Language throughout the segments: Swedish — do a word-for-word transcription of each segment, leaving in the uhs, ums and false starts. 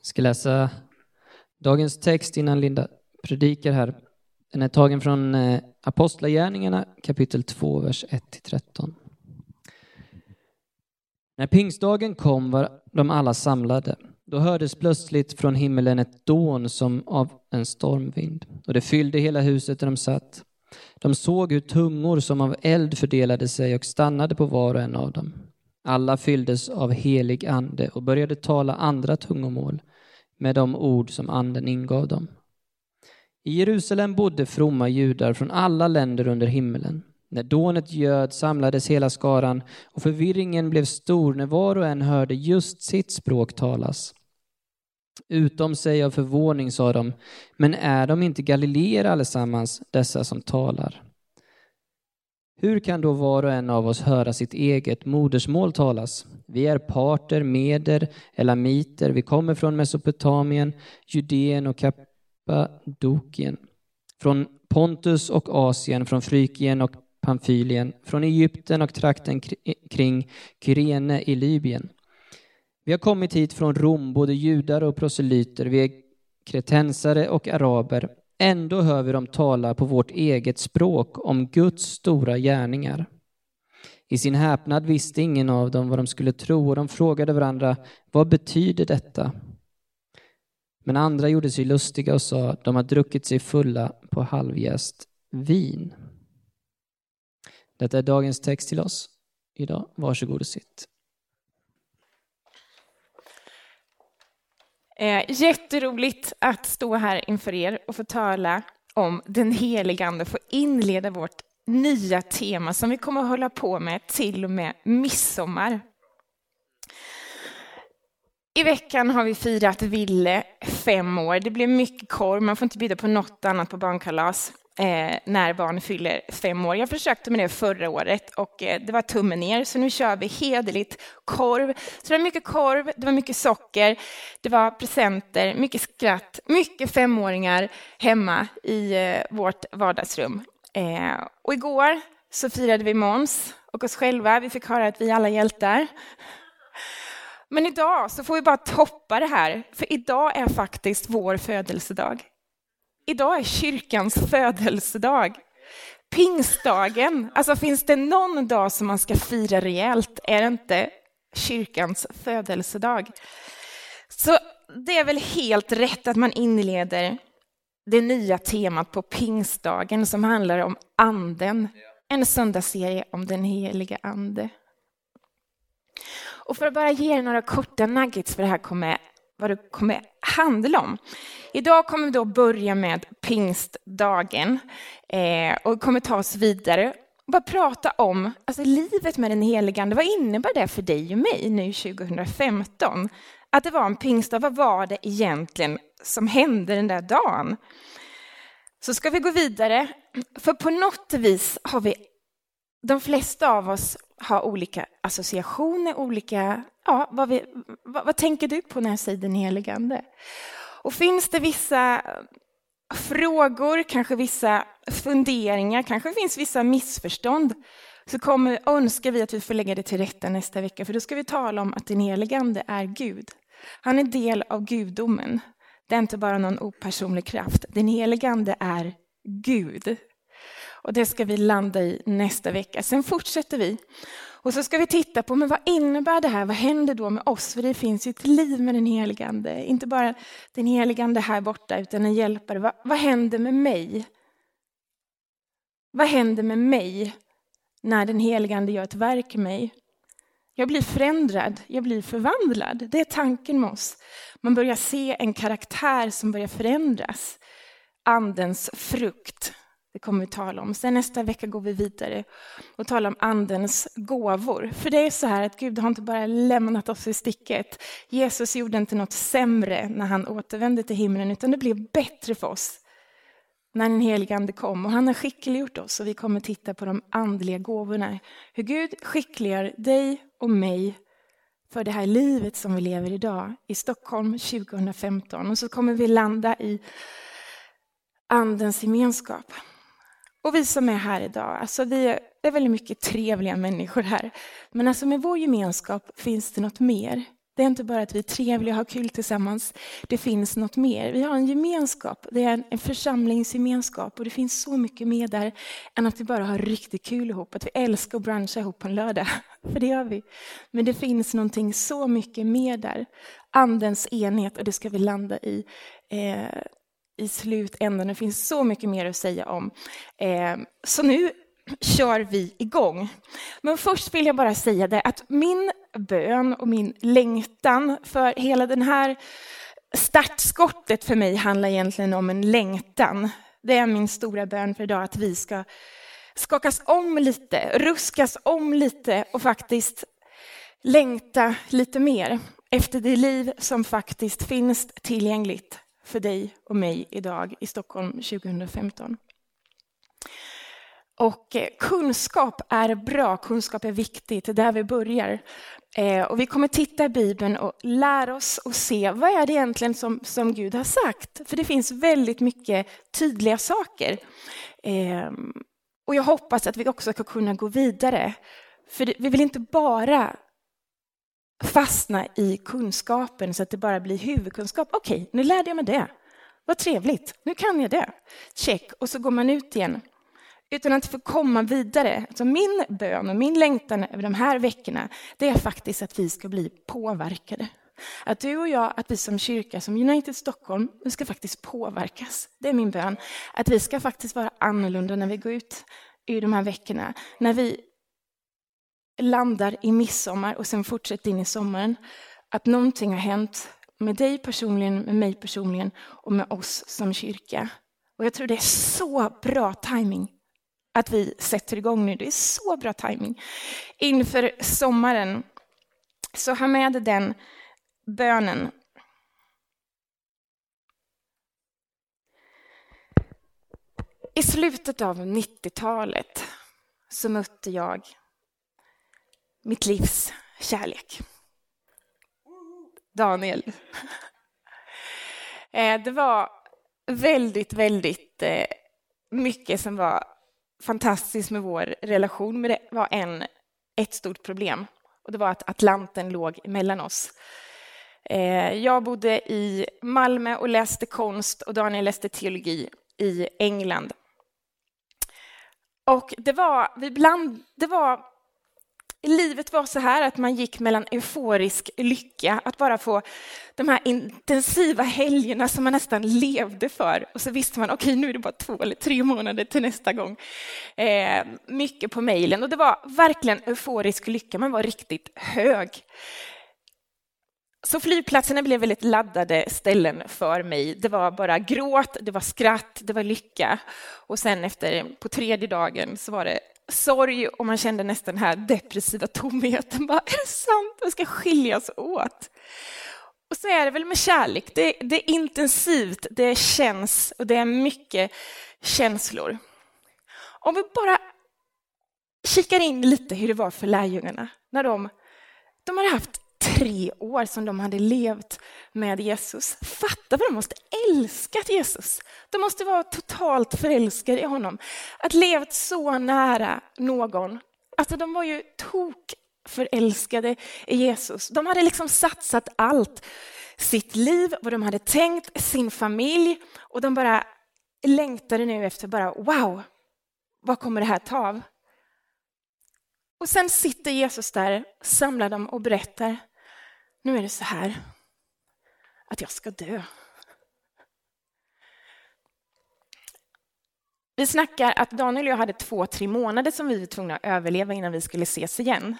Jag ska läsa dagens text innan Linda predikar här. Den är tagen från eh, Apostlagärningarna kapitel två, vers ett till tretton. När pingstdagen kom var de alla samlade. Då hördes plötsligt från himmelen ett dån som av en stormvind. Och det fyllde hela huset där de satt. De såg hur tungor som av eld fördelade sig och stannade på var och en av dem. Alla fylldes av helig ande och började tala andra tungomål med de ord som anden ingav dem. I Jerusalem bodde fromma judar från alla länder under himmelen. När dånet ljöd samlades hela skaran och förvirringen blev stor när var och en hörde just sitt språk talas. Utom sig av förvåning sa de, men är de inte galileer allesammans, dessa som talar? Hur kan då var och en av oss höra sitt eget modersmål talas? Vi är parter, meder, elamiter, vi kommer från Mesopotamien, Judeen och Kappadokien, från Pontus och Asien, från Frykien och Pamfylien, från Egypten och trakten kring Kyrene i Libyen. Vi har kommit hit från Rom, både judar och proselyter, vi är kretensare och araber. Ändå hör vi dem tala på vårt eget språk om Guds stora gärningar. I sin häpnad visste ingen av dem vad de skulle tro och de frågade varandra, vad betyder detta? Men andra gjorde sig lustiga och sa, de har druckit sig fulla på halvjäst vin. Detta är dagens text till oss idag. Varsågod och sitt. Eh, jätteroligt att stå här inför er och få tala om den heliga ande, få inleda vårt nya tema som vi kommer att hålla på med till och med midsommar. I veckan har vi firat Ville fem år. Det blev mycket korv, man får inte bjuda på något annat på barnkalas eh, när barn fyller fem år. Jag försökte med det förra året och eh, det var tummen ner, så nu kör vi hederligt korv. Så det var mycket korv, det var mycket socker, det var presenter, mycket skratt, mycket femåringar hemma i eh, vårt vardagsrum. Eh, och igår så firade vi Måns och oss själva, vi fick höra att vi alla är hjältar. Men idag så får vi bara toppa det här, för idag är faktiskt vår födelsedag. Idag är kyrkans födelsedag. Pingstdagen, alltså finns det någon dag som man ska fira rejält, är det inte kyrkans födelsedag. Så det är väl helt rätt att man inleder det nya temat på pingstdagen som handlar om anden. En söndagsserie om den heliga ande. Och för att bara ge er några korta nuggets för det här kommer, vad det kommer handla om. Idag kommer vi då börja med pingstdagen eh, och kommer ta oss vidare och bara prata om alltså, livet med den heliga ande. Vad innebär det för dig och mig nu tjugo femton? Att det var en pingstdag, vad var det egentligen som hände den där dagen? Så ska vi gå vidare, för på något vis har vi, de flesta av oss har olika associationer, olika, ja, vad, vi, vad, vad tänker du på när jag säger den heliga ande? Och finns det vissa frågor, kanske vissa funderingar, kanske finns vissa missförstånd, så kommer, önskar vi att vi får lägga det till rätta nästa vecka, för då ska vi tala om att den heliga ande är Gud. Han är del av gudomen. Det är inte bara någon opersonlig kraft. Den heliga ande är Gud. Och det ska vi landa i nästa vecka. Sen fortsätter vi. Och så ska vi titta på, men vad innebär det här? Vad händer då med oss? För det finns ju ett liv med den heliga ande. Inte bara den heliga ande här borta, utan en hjälpare. Vad, vad händer med mig? Vad händer med mig när den heliga ande gör ett verk i mig? Jag blir förändrad, jag blir förvandlad. Det är tanken med oss. Man börjar se en karaktär som börjar förändras. Andens frukt. Det kommer vi tala om. Sen nästa vecka går vi vidare och talar om andens gåvor. För det är så här att Gud har inte bara lämnat oss i sticket. Jesus gjorde inte något sämre när han återvände till himlen, utan det blev bättre för oss när den helige ande kom. Och han har skickliggjort oss, och vi kommer titta på de andliga gåvorna. Hur Gud skickligar dig och mig för det här livet som vi lever idag i Stockholm tjugo femton. Och så kommer vi landa i andens gemenskap. Och vi som är här idag, alltså vi är väldigt mycket trevliga människor här. Men alltså med vår gemenskap finns det något mer. Det är inte bara att vi är trevliga och har kul tillsammans. Det finns något mer. Vi har en gemenskap. Det är en församlingsgemenskap. Och det finns så mycket mer där än att vi bara har riktigt kul ihop. Att vi älskar att bruncha ihop på en lördag. För det gör vi. Men det finns någonting så mycket mer där. Andens enhet, och det ska vi landa i eh, i slutändan. Det finns så mycket mer att säga om. Eh, så nu kör vi igång. Men först vill jag bara säga det att min bön och min längtan för hela den här startskottet för mig handlar egentligen om en längtan. Det är min stora bön för idag, att vi ska skakas om lite, ruskas om lite och faktiskt längta lite mer efter det liv som faktiskt finns tillgängligt för dig och mig idag i Stockholm tjugohundrafemton. Och kunskap är bra, kunskap är viktigt, det är där vi börjar. Eh, och vi kommer titta i Bibeln och lära oss och se vad är det egentligen som, som Gud har sagt. För det finns väldigt mycket tydliga saker. Eh, och jag hoppas att vi också ska kunna gå vidare. För det, vi vill inte bara fastna i kunskapen så att det bara blir huvudkunskap. Okej, nu lärde jag mig det. Vad trevligt, nu kan jag det. Check, och så går man ut igen. Utan att få komma vidare. Alltså min bön och min längtan över de här veckorna, det är faktiskt att vi ska bli påverkade. Att du och jag, att vi som kyrka, som United Stockholm, vi ska faktiskt påverkas. Det är min bön. Att vi ska faktiskt vara annorlunda när vi går ut i de här veckorna. När vi landar i midsommar och sen fortsätter in i sommaren. Att någonting har hänt med dig personligen, med mig personligen och med oss som kyrka. Och jag tror det är så bra timing att vi sätter igång nu. Det är så bra timing. Inför sommaren så ha med den bönen. I slutet av nittiotalet så mötte jag mitt livs kärlek. Daniel. Det var väldigt, väldigt mycket som var fantastiskt med vår relation. Men det var en, ett stort problem. Och det var att Atlanten låg mellan oss. Jag bodde i Malmö och läste konst. Och Daniel läste teologi i England. Och det var, ibland, det var, livet var så här att man gick mellan euforisk lycka. Att bara få de här intensiva helgerna som man nästan levde för. Och så visste man, okej, nu är det bara två eller tre månader till nästa gång. Eh, mycket på mejlen. Och det var verkligen euforisk lycka. Man var riktigt hög. Så flygplatserna blev väldigt laddade ställen för mig. Det var bara gråt, det var skratt, det var lycka. Och sen efter, på tredje dagen så var det sorg och man kände nästan den här depressiva tomheten. Bara, är det sant? Vi ska skiljas åt. Och så är det väl med kärlek. Det, det är intensivt, det känns och det är mycket känslor. Om vi bara kikar in lite hur det var för lärjungarna. När de, de hade haft tre år som de hade levt med Jesus. Fatta vad de måste älskat Jesus. De måste vara totalt förälskade i honom. Att levt så nära någon. Alltså de var ju tok förälskade i Jesus. De hade liksom satsat allt. Sitt liv, vad de hade tänkt, sin familj. Och de bara längtade nu efter bara, wow, vad kommer det här ta av? Och sen sitter Jesus där, samlar dem och berättar. Nu är det så här att jag ska dö. Vi snackar att Daniel och jag hade två, tre månader som vi var tvungna att överleva innan vi skulle ses igen.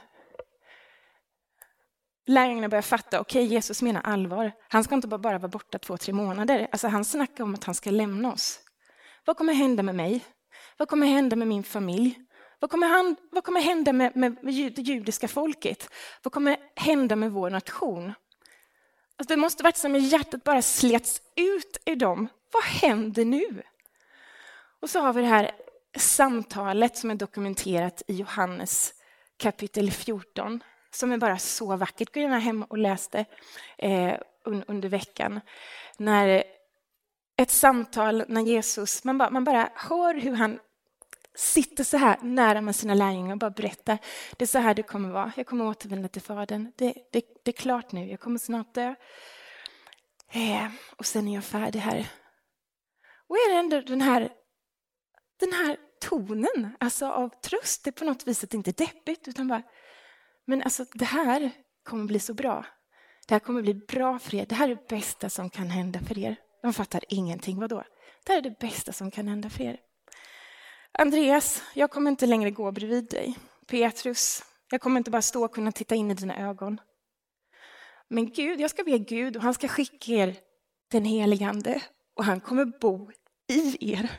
Lärjungarna börjar fatta, okej, okay, Jesus menar allvar. Han ska inte bara vara borta två, tre månader. Alltså han snackar om att han ska lämna oss. Vad kommer hända med mig? Vad kommer hända med min familj? Vad kommer, han, vad kommer hända med, med, med det judiska folket? Vad kommer hända med vår nation? Alltså det måste varit som att hjärtat bara slets ut i dem. Vad händer nu? Och så har vi det här samtalet som är dokumenterat i Johannes kapitel fjorton. Som är bara så vackert. Gå gärna hem och läs det eh, under veckan. När ett samtal när Jesus, man bara, man bara hör hur han sitter så här nära med sina lärjungar och bara berättar. Det är så här det kommer vara. Jag kommer återvända till Fadern. Det, det, det är klart nu. Jag kommer snart dö. Eh, och sen är jag färdig här. Och är det ändå den här, den här tonen alltså av tröst. Det är på något vis att inte deppigt utan bara, men alltså det här kommer bli så bra. Det här kommer bli bra för er. Det här är det bästa som kan hända för er. De fattar ingenting. Vadå? Det här är det bästa som kan hända för er. Andreas, jag kommer inte längre gå bredvid dig. Petrus, jag kommer inte bara stå och kunna titta in i dina ögon. Men Gud, jag ska be Gud och han ska skicka er den helige ande. Och han kommer bo i er.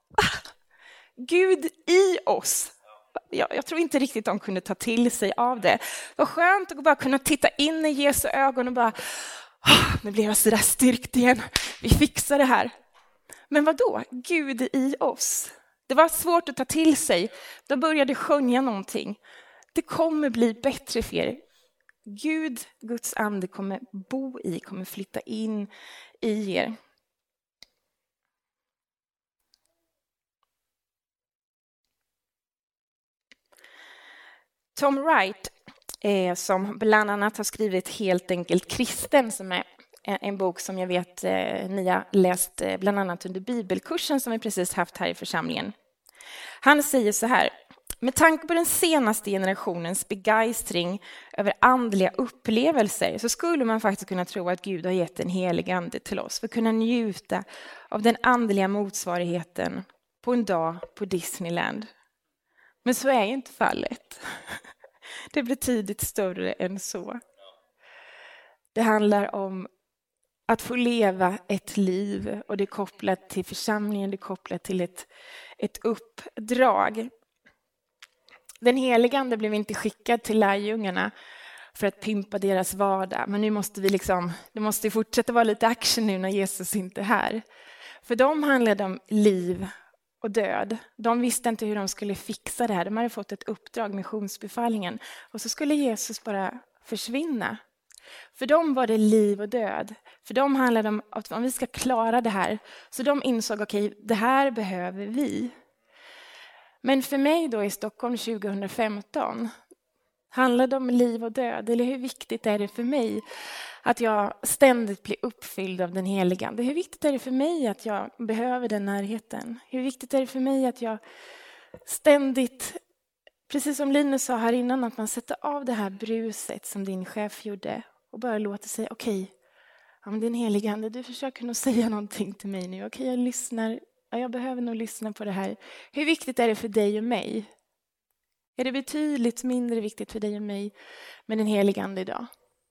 Gud i oss. Jag, jag tror inte riktigt de kunde ta till sig av det. Vad skönt att bara kunna titta in i Jesu ögon och bara, oh, nu blir jag så där styrkt igen. Vi fixar det här. Men vad då? Gud i oss. Det var svårt att ta till sig. De började sjunga någonting. Det kommer bli bättre för er. Gud, Guds ande kommer bo i, kommer flytta in i er. Tom Wright, eh, som bland annat har skrivit Helt enkelt kristen, som är en bok som jag vet eh, ni har läst eh, bland annat under bibelkursen som vi precis haft här i församlingen. Han säger så här: med tanke på den senaste generationens begeistring över andliga upplevelser så skulle man faktiskt kunna tro att Gud har gett en helig ande till oss för att kunna njuta av den andliga motsvarigheten på en dag på Disneyland. Men så är ju inte fallet. Det blir tidigt större än så. Det handlar om att få leva ett liv och det är kopplat till församlingen, det är kopplat till ett, ett uppdrag. Den helige ande blev inte skickad till lärjungarna för att pimpa deras vardag. Men nu måste vi liksom, det måste fortsätta vara lite action nu när Jesus inte är här. För de handlade om liv och död. De visste inte hur de skulle fixa det här. De hade fått ett uppdrag, missionsbefallningen. Och så skulle Jesus bara försvinna. För dem var det liv och död. För dem handlade det om att om vi ska klara det här. Så de insåg, okej, okay, det här behöver vi. Men för mig då i Stockholm tjugo femton handlar det om liv och död. Eller hur viktigt är det för mig att jag ständigt blir uppfylld av den heliga ande? Hur viktigt är det för mig att jag behöver den närheten? Hur viktigt är det för mig att jag ständigt, precis som Linus sa här innan, att man sätter av det här bruset som din chef gjorde och bara låter sig, okej, okay, ja, men den heliga ande, du försöker nog säga någonting till mig nu. Okej, okay, jag lyssnar. Ja, jag behöver nog lyssna på det här. Hur viktigt är det för dig och mig? Är det betydligt mindre viktigt för dig och mig med den heliga ande idag?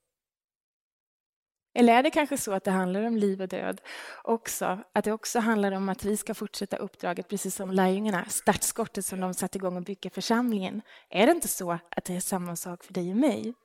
Eller är det kanske så att det handlar om liv och död också? Att det också handlar om att vi ska fortsätta uppdraget precis som lärjungarna, startskottet som de satt igång och bygga församlingen. Är det inte så att det är samma sak för dig och mig?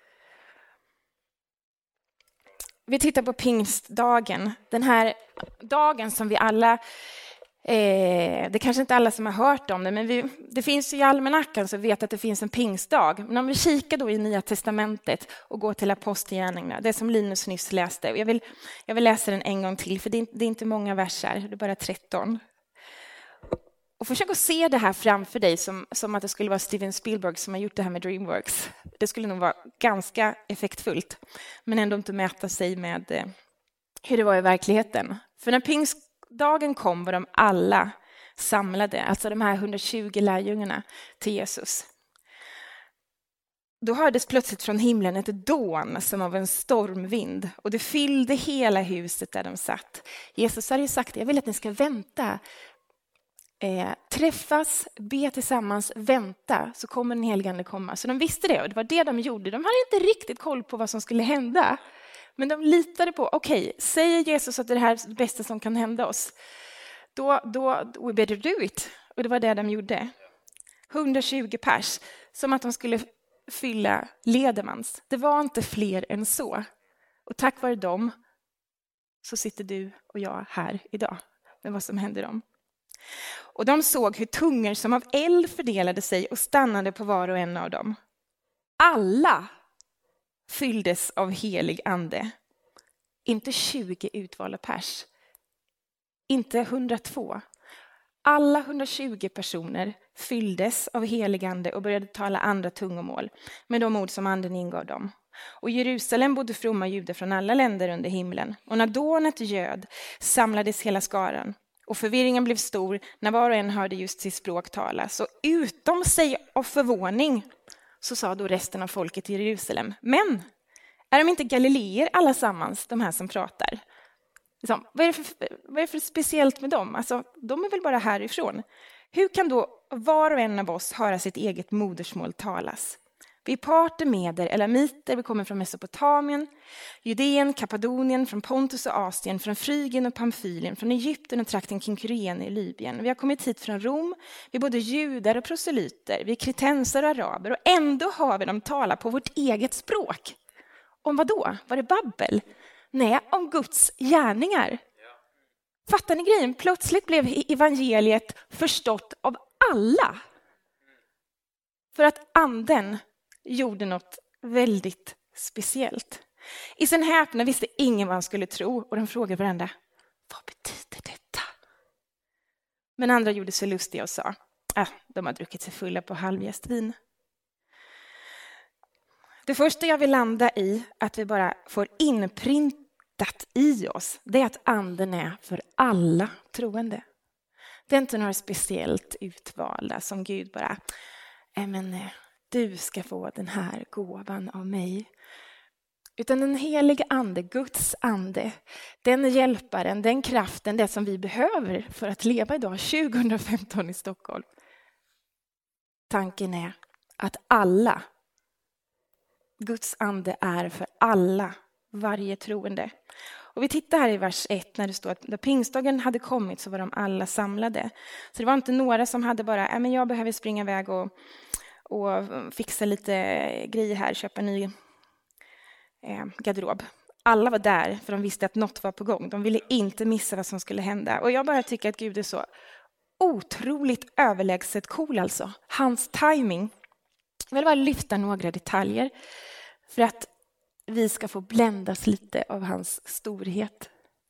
Vi tittar på pingstdagen. Den här dagen som vi alla, eh, det kanske inte alla som har hört om det, men vi, det finns ju i almanackan så vet att det finns en pingstdag. Men om vi kikar då i Nya testamentet och går till apostlagärningarna, det som Linus nyss läste. Jag vill, jag vill läsa den en gång till för det är, det är inte många verser, det är bara tretton. Och försök att se det här framför dig som, som att det skulle vara Steven Spielberg som har gjort det här med DreamWorks. Det skulle nog vara ganska effektfullt, men ändå inte mäta sig med eh, hur det var i verkligheten. För när pingstdagen kom var de alla samlade, alltså de här hundratjugo lärjungarna till Jesus. Då hördes plötsligt från himlen ett dån som av en stormvind och det fyllde hela huset där de satt. Jesus hade ju sagt, jag vill att ni ska vänta. Eh, träffas, be tillsammans, vänta, så kommer den helige ande komma. Så de visste det och det var det de gjorde. De hade inte riktigt koll på vad som skulle hända. Men de litade på, okej, okay, säger Jesus att det här är det bästa som kan hända oss. Då, då, we better do it. Och det var det de gjorde. hundratjugo pers, som att de skulle fylla Ledemans. Det var inte fler än så. Och tack vare dem så sitter du och jag här idag med vad som hände dem. Och de såg hur tungor som av eld fördelade sig och stannade på var och en av dem. Alla fylldes av helig ande. Inte tjugo utvalda pers. Inte hundratvå. Alla hundratjugo personer fylldes av heligande och började tala andra tungomål med de ord som anden ingav dem. Och i Jerusalem bodde fromma judar från alla länder under himlen. Och när dånet göd samlades hela skaran. Och förvirringen blev stor när var och en hörde just sitt språk talas. Och utom sig av förvåning så sa då resten av folket i Jerusalem: men är de inte galileer allasammans, de här som pratar? Liksom, vad, är det för, vad är det för speciellt med dem? Alltså, de är väl bara härifrån. Hur kan då var och en av oss höra sitt eget modersmål talas? Vi är parter, meder, elamiter, vi kommer från Mesopotamien, Judeen, Kappadonien, från Pontus och Asien, från Frygien och Pamfylien, från Egypten och trakten kring Kyrene i Libyen. Vi har kommit hit från Rom, vi är både judar och proselyter, vi är kretenser och araber, och ändå hör vi dem tala på vårt eget språk. Om vad då? Var det babbel? Nej, om Guds gärningar. Fattar ni grejen? Plötsligt blev evangeliet förstått av alla. För att anden gjorde något väldigt speciellt. I sin häpnad visste ingen vad han skulle tro, och de frågade varandra: vad betyder detta? Men andra gjorde sig lustiga och sa: ah, de har druckit sig fulla på halvjäst vin. Det första jag vill landa i, att vi bara får inprintat i oss, det är att anden är för alla troende. Det är inte några speciellt utvalda som Gud bara: äh, men du ska få den här gåvan av mig. Utan den heliga ande, Guds ande, den hjälparen, den kraften, det som vi behöver för att leva idag tjugohundrafemton i Stockholm. Tanken är att alla, Guds ande är för alla, varje troende. Och vi tittar här i vers ett när det står att när pingstdagen hade kommit så var de alla samlade. Så det var inte några som hade bara, äh, men jag behöver springa iväg och, och fixa lite grejer här, köpa ny eh, garderob. Alla var där för de visste att något var på gång. De ville inte missa vad som skulle hända. Och jag bara tycker att Gud är så otroligt överlägset cool alltså. Hans timing. Jag vill bara lyfta några detaljer för att vi ska få bländas lite av hans storhet.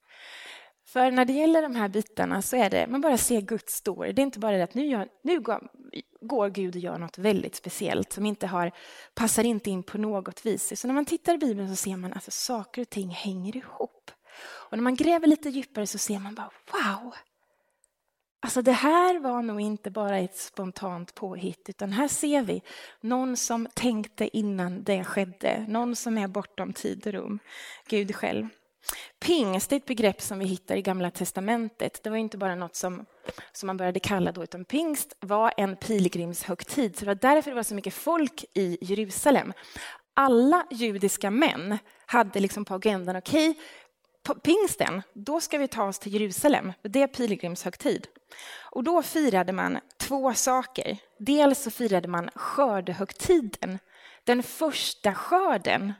För när det gäller de här bitarna så är det, man bara ser Guds story. Det är inte bara det att nu, gör, nu går, går Gud och gör något väldigt speciellt som inte har, passar inte in på något vis. Så när man tittar i Bibeln så ser man att alltså, saker och ting hänger ihop. Och när man gräver lite djupare så ser man bara, wow! Alltså det här var nog inte bara ett spontant påhitt, utan här ser vi någon som tänkte innan det skedde. Någon som är bortom tid och rum. Gud själv. Pingst är ett begrepp som vi hittar i Gamla testamentet. Det var inte bara något som, som man började kalla då, utan pingst var en pilgrimshögtid. Så det var därför det var så mycket folk i Jerusalem. Alla judiska män hade liksom på agendan, okej, okay, på pingsten, då ska vi ta oss till Jerusalem. Det är pilgrimshögtid. Och då firade man två saker. Dels så firade man skördehögtiden. Den första skörden.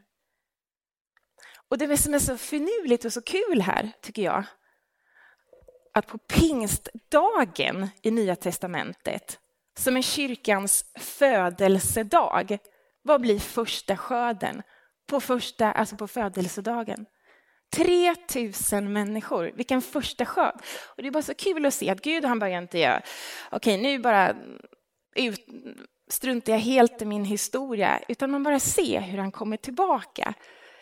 Och det som är så finurligt och så kul här, tycker jag, att på pingstdagen i Nya testamentet, som är kyrkans födelsedag, vad blir första skörden? På första, alltså på födelsedagen. tre tusen människor, vilken första skörd. Och det är bara så kul att se att Gud, han börjar inte göra, okej okay, nu bara ut, struntar jag helt i min historia, utan man bara ser hur han kommer tillbaka.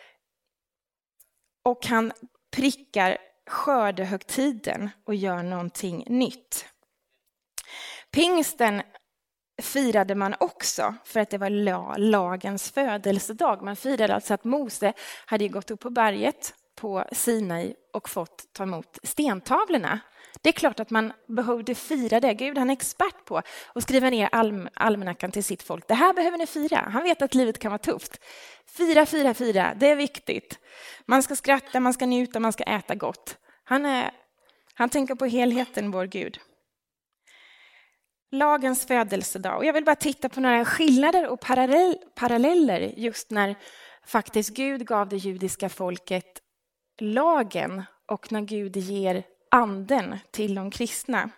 Och han prickar skördehögtiden och gör någonting nytt. Pingsten firade man också för att det var lagens födelsedag. Man firade alltså att Mose hade gått upp på berget på Sinai och fått ta emot stentavlorna. Det är klart att man behövde fira det. Gud, han är expert på att skriva ner alm- almanackan till sitt folk. Det här behöver ni fira. Han vet att livet kan vara tufft. Fira, fira, fira. Det är viktigt. Man ska skratta, man ska njuta, man ska äta gott. Han, är, han tänker på helheten, vår Gud. Lagens födelsedag. Och jag vill bara titta på några skillnader och parallell, paralleller just när faktiskt Gud gav det judiska folket lagen och när Gud ger anden till de kristna.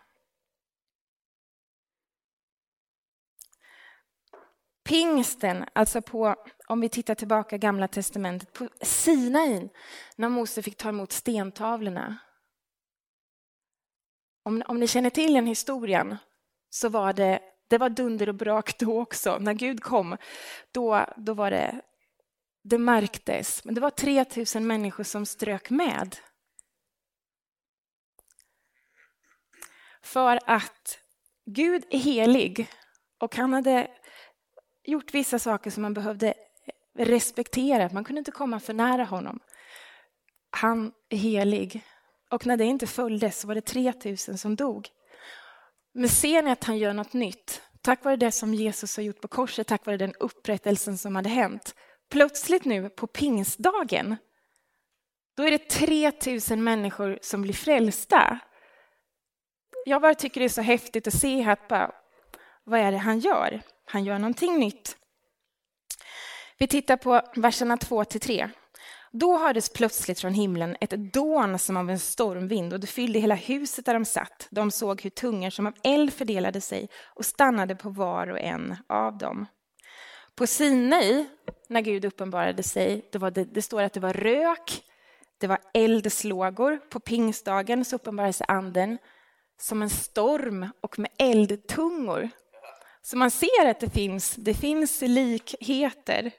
Pingsten, alltså på, om vi tittar tillbaka Gamla testamentet, på Sinai, när Mose fick ta emot stentavlorna. Om, om ni känner till den historien så var det, det var dunder och brak då också. När Gud kom, då, då var det, det märktes. Men det var tre tusen människor som strök med. För att Gud är helig och han hade gjort vissa saker som man behövde respektera. Man kunde inte komma för nära honom. Han är helig. Och när det inte följdes så var det tre tusen som dog. Men ser ni att han gör något nytt? Tack vare det som Jesus har gjort på korset, tack vare den upprättelsen som hade hänt. Plötsligt nu på pingstdagen, då är det tre tusen människor som blir frälsta. Jag bara tycker det är så häftigt att se att bara, vad är det han gör? Han gör någonting nytt. Vi tittar på verserna två till tre. Då hördes plötsligt från himlen ett dån som av en stormvind och det fyllde hela huset där de satt. De såg hur tungor som av eld fördelade sig och stannade på var och en av dem. På Sinai, när Gud uppenbarade sig, det, var det, det står att det var rök, det var eldslågor. På pingstdagen så uppenbarade sig anden som en storm och med eldtungor. Så man ser att det finns, det finns likheter.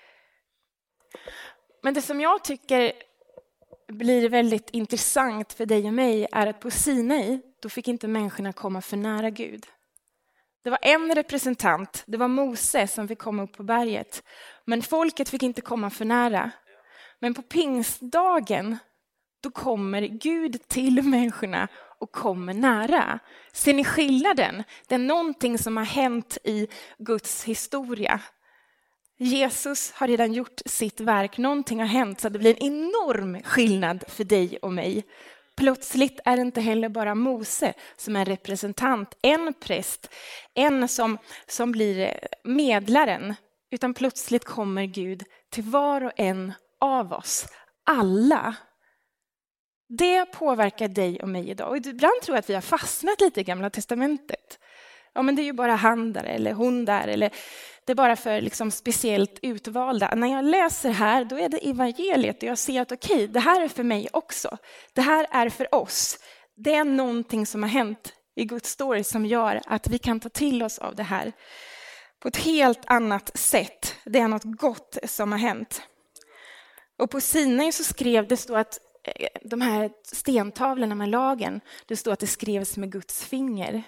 Men det som jag tycker blir väldigt intressant för dig och mig är att på Sinai, då fick inte människorna komma för nära Gud. Det var en representant, det var Mose som fick komma upp på berget. Men folket fick inte komma för nära. Men på pingstdagen, då kommer Gud till människorna och kommer nära. Ser ni skillnaden? Det är någonting som har hänt i Guds historia. Jesus har redan gjort sitt verk, någonting har hänt så det blir en enorm skillnad för dig och mig. Plötsligt är det inte heller bara Mose som är representant, en präst, en som, som blir medlaren, utan plötsligt kommer Gud till var och en av oss, alla. Det påverkar dig och mig idag. Och ibland tror jag att vi har fastnat lite i Gamla testamentet. Ja, men det är ju bara han där eller hon där, eller det är bara för liksom speciellt utvalda. När jag läser här, då är det evangeliet och jag ser att okej, okay, det här är för mig också. Det här är för oss. Det är någonting som har hänt i Guds story som gör att vi kan ta till oss av det här på ett helt annat sätt. Det är något gott som har hänt. Och på Sinai så skrev det står att de här stentavlorna med lagen, det står att det skrevs med Guds finger.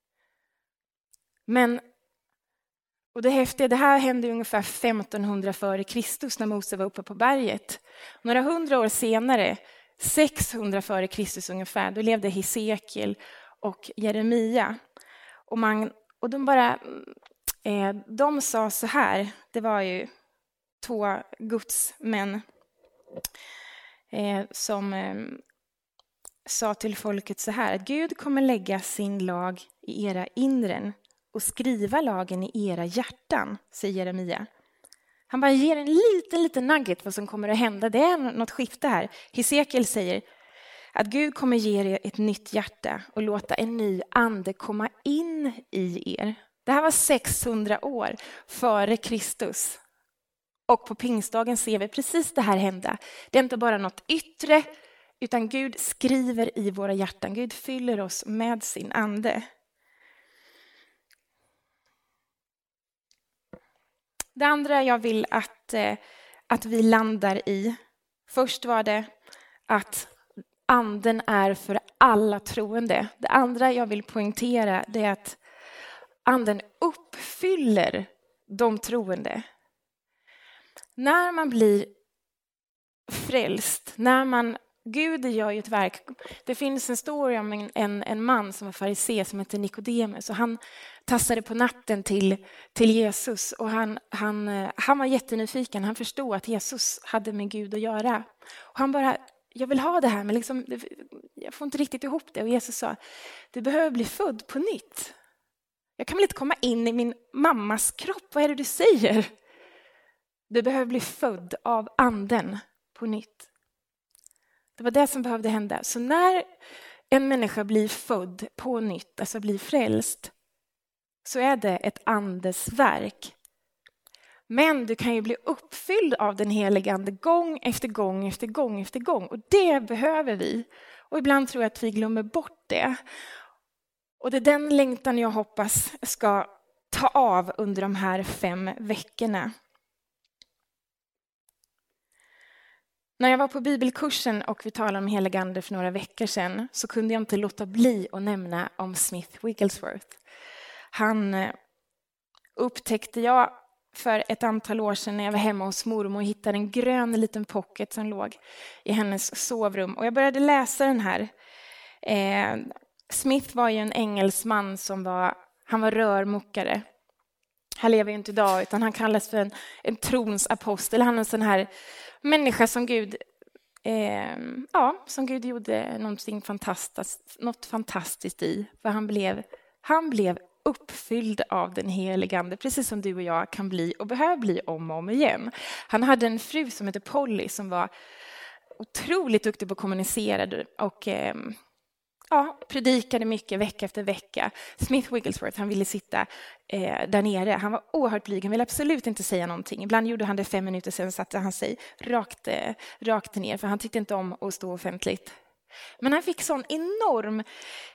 Men, och det häftiga, det här hände ungefär femtonhundra före Kristus när Mose var uppe på berget. Några hundra år senare, sexhundra före Kristus ungefär, då levde Hesekiel och Jeremia. Och, man, och de bara, eh, de sa så här, det var ju två Guds män eh, som eh, sa till folket så här, att Gud kommer lägga sin lag i era inren och skriva lagen i era hjärtan, säger Jeremia. Han bara ger en liten, liten nugget vad som kommer att hända. Det är något skifte här. Hesekiel säger att Gud kommer ge er ett nytt hjärta och låta en ny ande komma in i er. Det här var sexhundra år före Kristus. Och på pingstdagen ser vi precis det här hända. Det är inte bara något yttre, utan Gud skriver i våra hjärtan. Gud fyller oss med sin ande. Det andra jag vill att, att vi landar i, först var det att anden är för alla troende. Det andra jag vill poängtera det är att anden uppfyller de troende. När man blir frälst, när man, Gud gör ju ett verk. Det finns en story om en, en, en man som var farisé som heter Nikodemus. Och han tassade på natten till, till Jesus och han, han, han var jättenyfiken. Han förstod att Jesus hade med Gud att göra. Och han bara, jag vill ha det här men liksom, jag får inte riktigt ihop det. Och Jesus sa, du behöver bli född på nytt. Jag kan väl inte komma in i min mammas kropp, vad är det du säger? Du behöver bli född av anden på nytt. Det var det som behövde hända. Så när en människa blir född på nytt, alltså blir frälst, så är det ett andes verk. Men du kan ju bli uppfylld av den heliga ande gång efter gång efter gång efter gång. Och det behöver vi. Och ibland tror jag att vi glömmer bort det. Och det är den längtan jag hoppas ska ta av under de här fem veckorna. När jag var på bibelkursen och vi talade om helig ande för några veckor sedan så kunde jag inte låta bli att nämna om Smith Wigglesworth. Han upptäckte jag för ett antal år sedan när jag var hemma hos mormor och hittade en grön liten pocket som låg i hennes sovrum. Och jag började läsa den här. Eh, Smith var ju en engelsman som var, han var rörmokare. Han lever ju inte idag utan han kallas för en, en trons apostel. Han är en sån här människa som Gud, eh, ja, som Gud gjorde någonting fantastiskt, något fantastiskt i. För han blev, han blev uppfylld av den helige ande, precis som du och jag kan bli och behöver bli om och om igen. Han hade en fru som hette Polly som var otroligt duktig på att kommunicera och eh, ja, predikade mycket vecka efter vecka. Smith Wigglesworth, han ville sitta eh, där nere. Han var oerhört blyg, han ville absolut inte säga någonting. Ibland gjorde han det fem minuter, sen satte han sig rakt, eh, rakt ner, för han tyckte inte om att stå offentligt. Men han fick sån enorm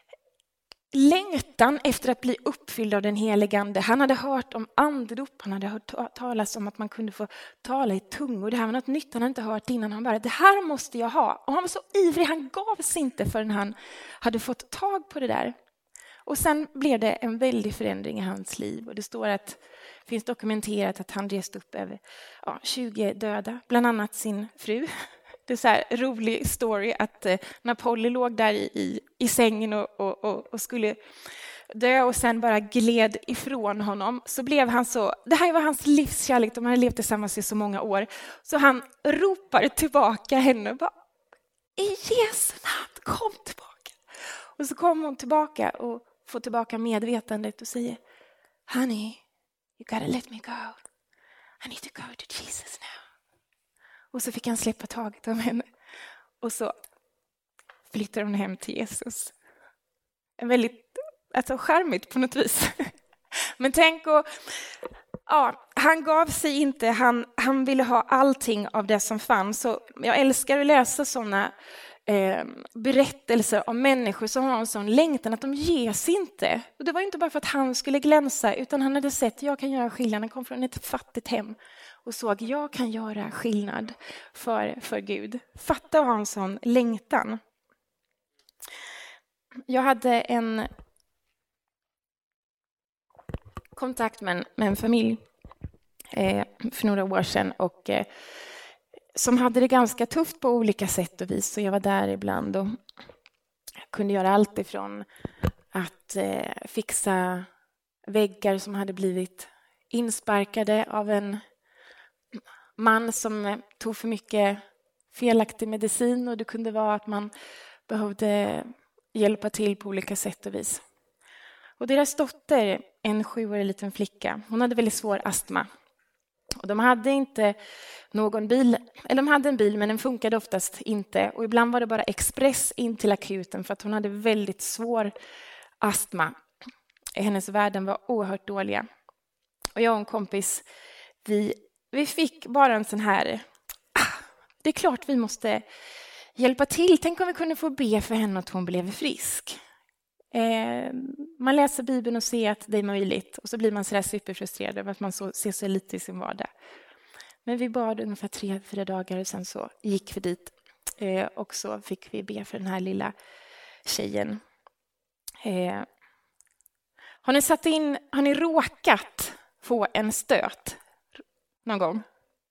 längtan efter att bli uppfylld av den helige ande. Han hade hört om andedop, han hade hört talas om att man kunde få tala i tungor. Det här var något nytt han inte hört innan. Han bara, det här måste jag ha. Och han var så ivrig, han gav sig inte förrän han hade fått tag på det där. Och sen blev det en väldig förändring i hans liv. Och det står att, det finns dokumenterat att han reste upp över ja, tjugo döda, bland annat sin fru. Det är så här rolig story att eh, när Polly låg där i, i, i sängen och, och, och, och skulle dö och sen bara gled ifrån honom, så blev han så, det här var hans livskärlek, de hade levt tillsammans i så många år, så han ropar tillbaka henne och bara, i Jesu namn, kom tillbaka. Och så kom hon tillbaka och får tillbaka medvetandet och säger, honey, you gotta let me go. I need to go to Jesus now. Och så fick han släppa taget om henne. Och så flyttar hon hem till Jesus. En väldigt, alltså charmigt på något vis. Men tänk och, ja, han gav sig inte, han, han ville ha allting av det som fanns. Så jag älskar att läsa sådana eh, berättelser om människor som har en sån längtan att de ges inte. Och det var inte bara för att han skulle glänsa, utan han hade sett, jag kan göra skillnad. Han kom från ett fattigt hem och såg, jag kan göra skillnad för, för Gud. Fatta att ha en sån längtan. Jag hade en kontakt med en, med en familj eh, för några år sedan och eh, som hade det ganska tufft på olika sätt och vis. Så jag var där ibland och kunde göra allt ifrån att eh, fixa väggar som hade blivit insparkade av en man som tog för mycket felaktig medicin, och det kunde vara att man behövde hjälpa till på olika sätt och vis. Och deras dotter, en sjuårig liten flicka, hon hade väldigt svår astma. Och de hade inte någon bil, eller de hade en bil men den funkade oftast inte. Och ibland var det bara express in till akuten för att hon hade väldigt svår astma. Hennes värden var oerhört dåliga. Och jag och en kompis, vi, vi fick bara en sån här, ah, det är klart vi måste hjälpa till. Tänk om vi kunde få be för henne att hon blev frisk. Eh, man läser Bibeln och ser att det är möjligt. Och så blir man så där superfrustrerad över att man så, ser så lite i sin vardag. Men vi bad ungefär tre, fyra dagar och sen så gick vi dit. Eh, och så fick vi be för den här lilla tjejen. Eh, har ni satt in, har ni råkat få en stöt någon gång?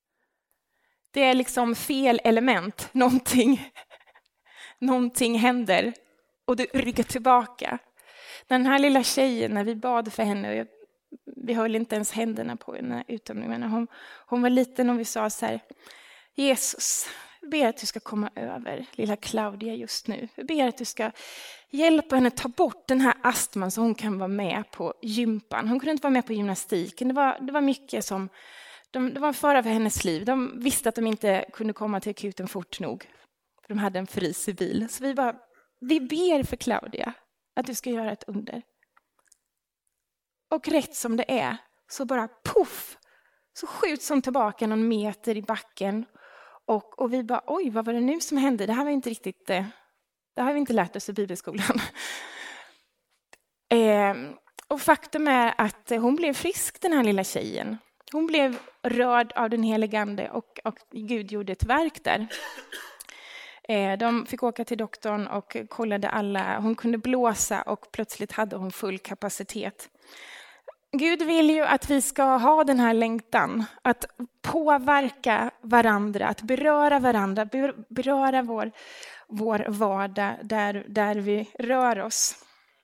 Det är liksom fel element. Någonting, någonting händer. Och det ryggar tillbaka. Den här lilla tjejen, när vi bad för henne, och vi höll inte ens händerna på henne, utan när hon, hon var liten och vi sa så här, Jesus, jag ber att du ska komma över lilla Claudia just nu. Jag ber att du ska hjälpa henne ta bort den här astman så hon kan vara med på gympan. Hon kunde inte vara med på gymnastiken. Det var, det var mycket som, de, det var en fara för hennes liv. De visste att de inte kunde komma till akuten fort nog. För de hade en för risig bil. Så vi bara, vi ber för Claudia att du ska göra ett under. Och rätt som det är så bara puff, så skjuts hon tillbaka någon meter i backen. Och, och vi bara, oj, vad var det nu som hände? Det här var inte riktigt, eh, Det har vi inte lärt oss i bibelskolan. Eh, och faktum är att hon blev frisk, den här lilla tjejen. Hon blev rörd av den helige ande och, och Gud gjorde ett verk där. Eh, de fick åka till doktorn och kollade alla. Hon kunde blåsa och plötsligt hade hon full kapacitet. Gud vill ju att vi ska ha den här längtan, att påverka varandra, att beröra varandra, beröra vår, vår vardag där, där vi rör oss.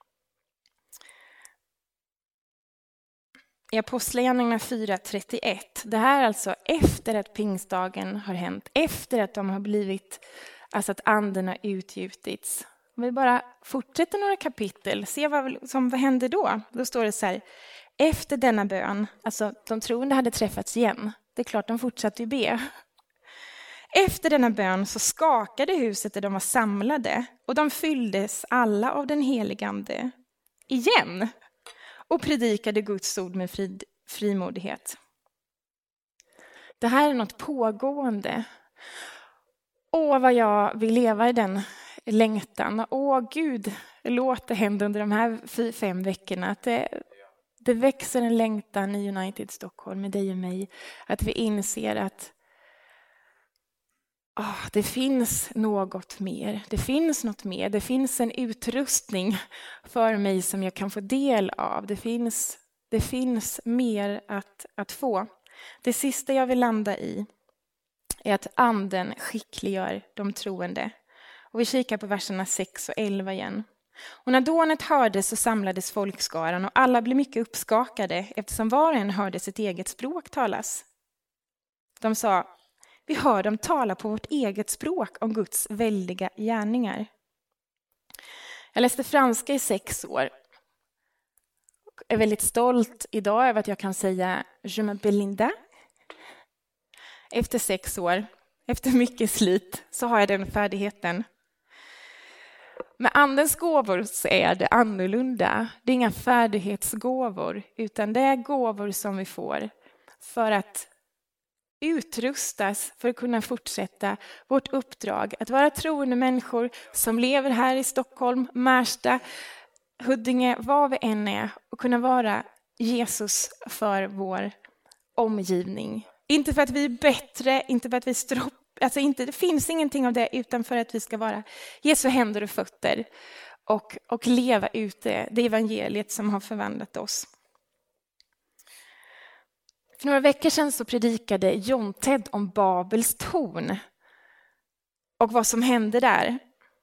I Apostlagärningarna fyra trettioett, det här är alltså efter att pingstdagen har hänt, efter att de har blivit, alltså att anden har utgjutits. Om vi bara fortsätter några kapitel, se vad som vad händer då. Då står det så här, efter denna bön, alltså de troende hade träffats igen, det är klart de fortsatte ju be. Efter denna bön så skakade huset där de var samlade och de fylldes alla av den helige ande igen och predikade Guds ord med frid, frimodighet. Det här är något pågående. Åh, vad jag vill leva i den längtan. Åh Gud, låt det hända under de här fem veckorna att det, det växer en längtan i United Stockholm med dig och mig. Att vi inser att oh, det finns något mer. Det finns något mer. Det finns en utrustning för mig som jag kan få del av. Det finns, det finns mer att, att få. Det sista jag vill landa i är att anden skickliggör de troende. Och vi kikar på verserna sex och elva igen. Och när dånet hördes så samlades folkskaran och alla blev mycket uppskakade eftersom var och en hörde sitt eget språk talas. De sa, vi hör dem tala på vårt eget språk om Guds väldiga gärningar. Jag läste franska i sex år. Jag är väldigt stolt idag över att jag kan säga Je m'appelle Linda. Efter sex år, efter mycket slit, så har jag den färdigheten. Med andens gåvor så är det annorlunda. Det är inga färdighetsgåvor, utan det är gåvor som vi får för att utrustas för att kunna fortsätta vårt uppdrag. Att vara troende människor som lever här i Stockholm, Märsta, Huddinge, var vi än är. Och kunna vara Jesus för vår omgivning. Inte för att vi är bättre, inte för att vi är stropp. Alltså inte, det finns ingenting av det utan för att vi ska vara Jesu händer och fötter. Och, och leva ut det, det evangeliet som har förvandlat oss. För några veckor sedan så predikade John Ted om Babels torn och vad som hände där.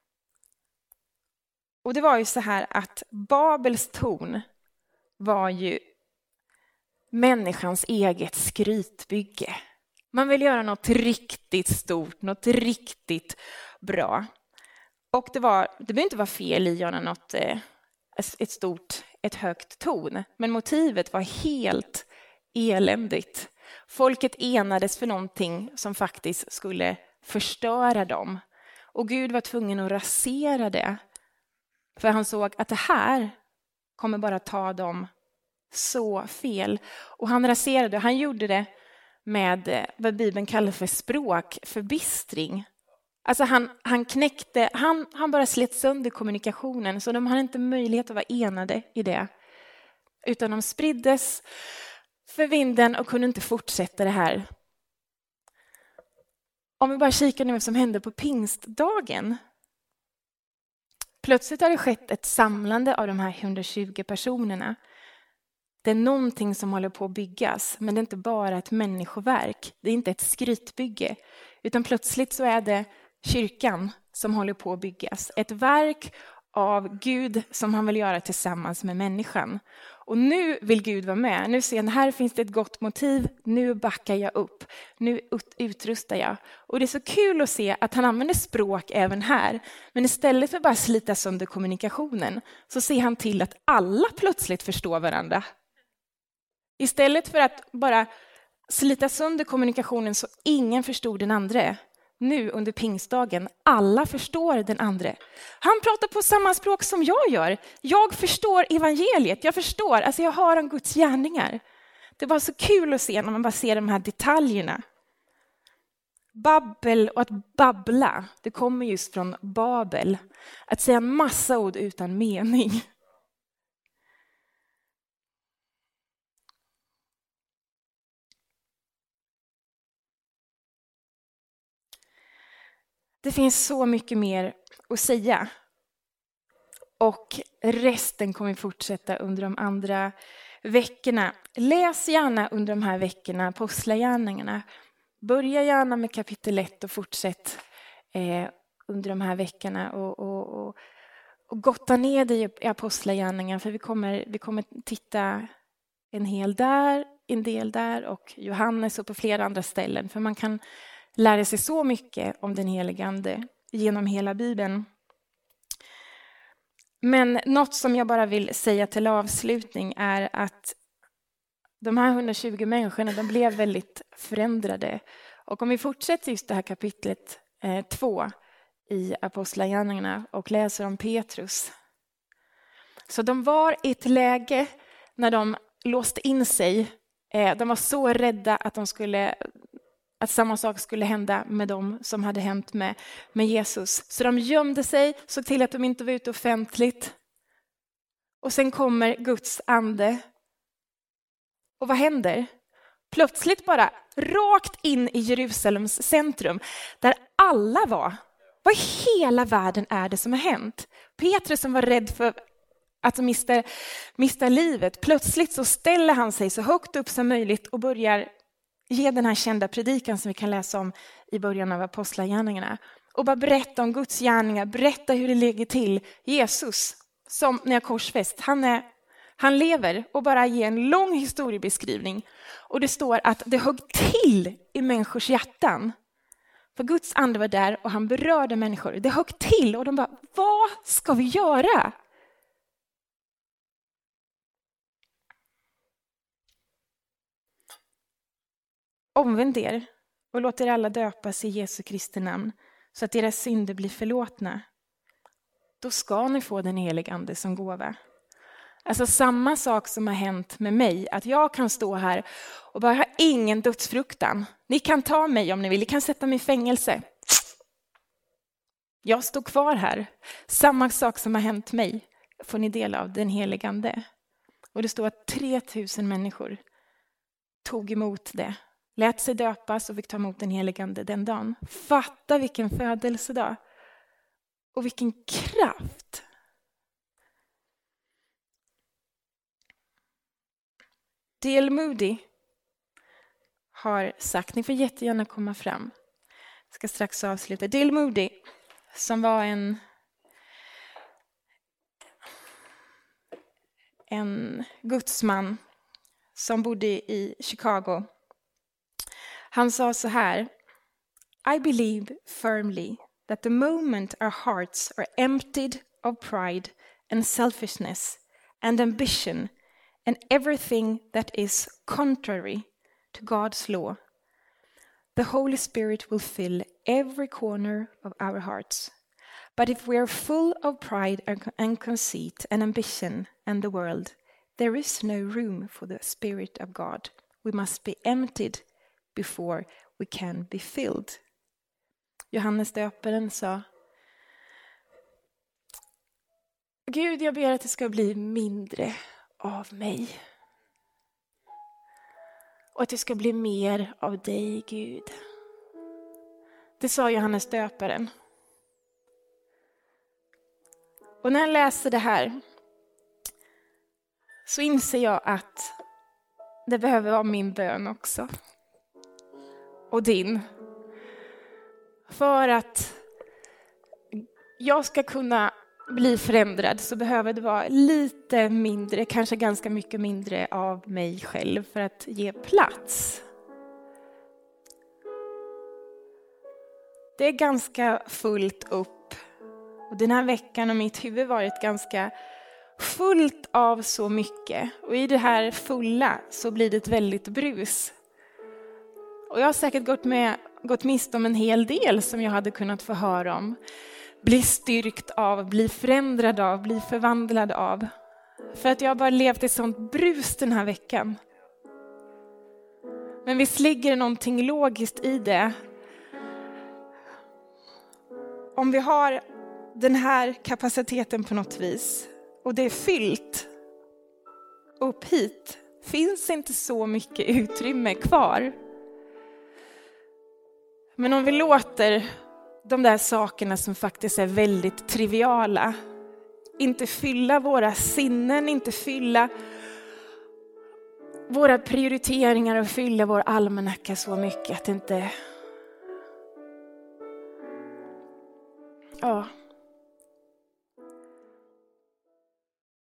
Och det var ju så här att Babels torn var ju människans eget skrytbygge. Man vill göra något riktigt stort, något riktigt bra. Och det var, det behöver inte vara fel i att göra något, ett stort, ett högt torn. Men motivet var helt eländigt. Folket enades för någonting som faktiskt skulle förstöra dem. Och Gud var tvungen att rasera det. För han såg att det här kommer bara ta dem så fel. Och han raserade, han gjorde det med vad Bibeln kallar för språkförbistring. Alltså han, han knäckte, han, han bara slet sönder kommunikationen. Så de hade inte möjlighet att vara enade i det. Utan de spriddes för vinden och kunde inte fortsätta det här. Om vi bara kikar nu vad som hände på pingstdagen. Plötsligt har det skett ett samlande av de här hundratjugo personerna. Det är någonting som håller på att byggas, men det är inte bara ett människoverk. Det är inte ett skrytbygge, utan plötsligt så är det kyrkan som håller på att byggas. Ett verk av Gud som han vill göra tillsammans med människan. Och nu vill Gud vara med. Nu ser han, här finns det ett gott motiv. Nu backar jag upp. Nu utrustar jag. Och det är så kul att se att han använder språk även här. Men istället för att bara slita sönder kommunikationen så ser han till att alla plötsligt förstår varandra. Istället för att bara slita sönder kommunikationen så ingen förstod den andra. Nu under pingstdagen, alla förstår den andra. Han pratar på samma språk som jag gör. Jag förstår evangeliet. Jag förstår, alltså jag har en Guds gärningar. Det var så kul att se när man bara ser de här detaljerna. Babbel och att babbla, det kommer just från Babel. Att säga en massa ord utan mening. Det finns så mycket mer att säga. Och resten kommer fortsätta under de andra veckorna. Läs gärna under de här veckorna Apostlagärningarna. Börja gärna med kapitel ett och fortsätt eh, under de här veckorna. Och, och, och, och gotta ner dig i Apostlagärningarna. För vi kommer, vi kommer titta en hel där, en del där och Johannes och på flera andra ställen. För man kan lära sig så mycket om den helige Ande genom hela Bibeln. Men något som jag bara vill säga till avslutning är att de här hundratjugo människorna, de blev väldigt förändrade. Och om vi fortsätter just det här kapitlet eh, två i Apostlagärningarna och läser om Petrus. Så de var i ett läge när de låste in sig. Eh, de var så rädda att de skulle... Att samma sak skulle hända med dem som hade hänt med, med Jesus. Så de gömde sig, såg till att de inte var ute offentligt. Och sen kommer Guds ande. Och vad händer? Plötsligt bara rakt in i Jerusalems centrum. Där alla var. Vad i hela världen är det som har hänt? Petrus som var rädd för att mista, mista livet. Plötsligt så ställer han sig så högt upp som möjligt och börjar ge den här kända predikan som vi kan läsa om i början av Apostlagärningarna. Och bara berätta om Guds gärningar, berätta hur det ligger till. Jesus, som när jag korsfäst, han, är, han lever och bara ge en lång historiebeskrivning. Och det står att det högg till i människors hjärtan. För Guds ande var där och han berörde människor. Det högg till och de bara, vad ska vi göra? Omvänd er och låt er alla döpas i Jesu Kristi namn så att deras synder blir förlåtna. Då ska ni få den helige ande som gåva. Alltså samma sak som har hänt med mig. Att jag kan stå här och bara ha ingen dödsfruktan. Ni kan ta mig om ni vill. Ni kan sätta mig i fängelse. Jag står kvar här. Samma sak som har hänt mig får ni del av den helige ande. Och det står att tre tusen människor tog emot det. Lät sig döpas och fick ta emot den helige ande den dagen. Fatta vilken födelsedag. Och vilken kraft. D L Moody har sagt, ni får jättegärna komma fram. Jag ska strax avsluta. D L Moody som var en en gudsman som bodde i Chicago. Han sa så här: I believe firmly that the moment our hearts are emptied of pride and selfishness and ambition and everything that is contrary to God's law, the Holy Spirit will fill every corner of our hearts. But if we are full of pride and conceit and ambition and the world, there is no room for the Spirit of God. We must be emptied before we can be filled. Johannes döparen sa: Gud, jag ber att det ska bli mindre av mig. Och att det ska bli mer av dig, Gud. Det sa Johannes döparen. Och när jag läser det här så inser jag att det behöver vara min bön också. Och din. För att jag ska kunna bli förändrad så behöver det vara lite mindre, kanske ganska mycket mindre av mig själv för att ge plats. Det är ganska fullt upp. Och den här veckan har mitt huvud varit ganska fullt av så mycket. Och i det här fulla så blir det ett väldigt brus. Och jag har säkert gått, med, gått miste om en hel del som jag hade kunnat få höra om. Bli styrkt av, bli förändrad av, bli förvandlad av. För att jag har bara levt i sånt brus den här veckan. Men visst ligger det någonting logiskt i det. om vi har den här kapaciteten på något vis och det är fyllt upp hit, finns inte så mycket utrymme kvar. Men om vi låter de där sakerna som faktiskt är väldigt triviala inte fylla våra sinnen, inte fylla våra prioriteringar och fylla vår almanacka så mycket att det inte... Ja,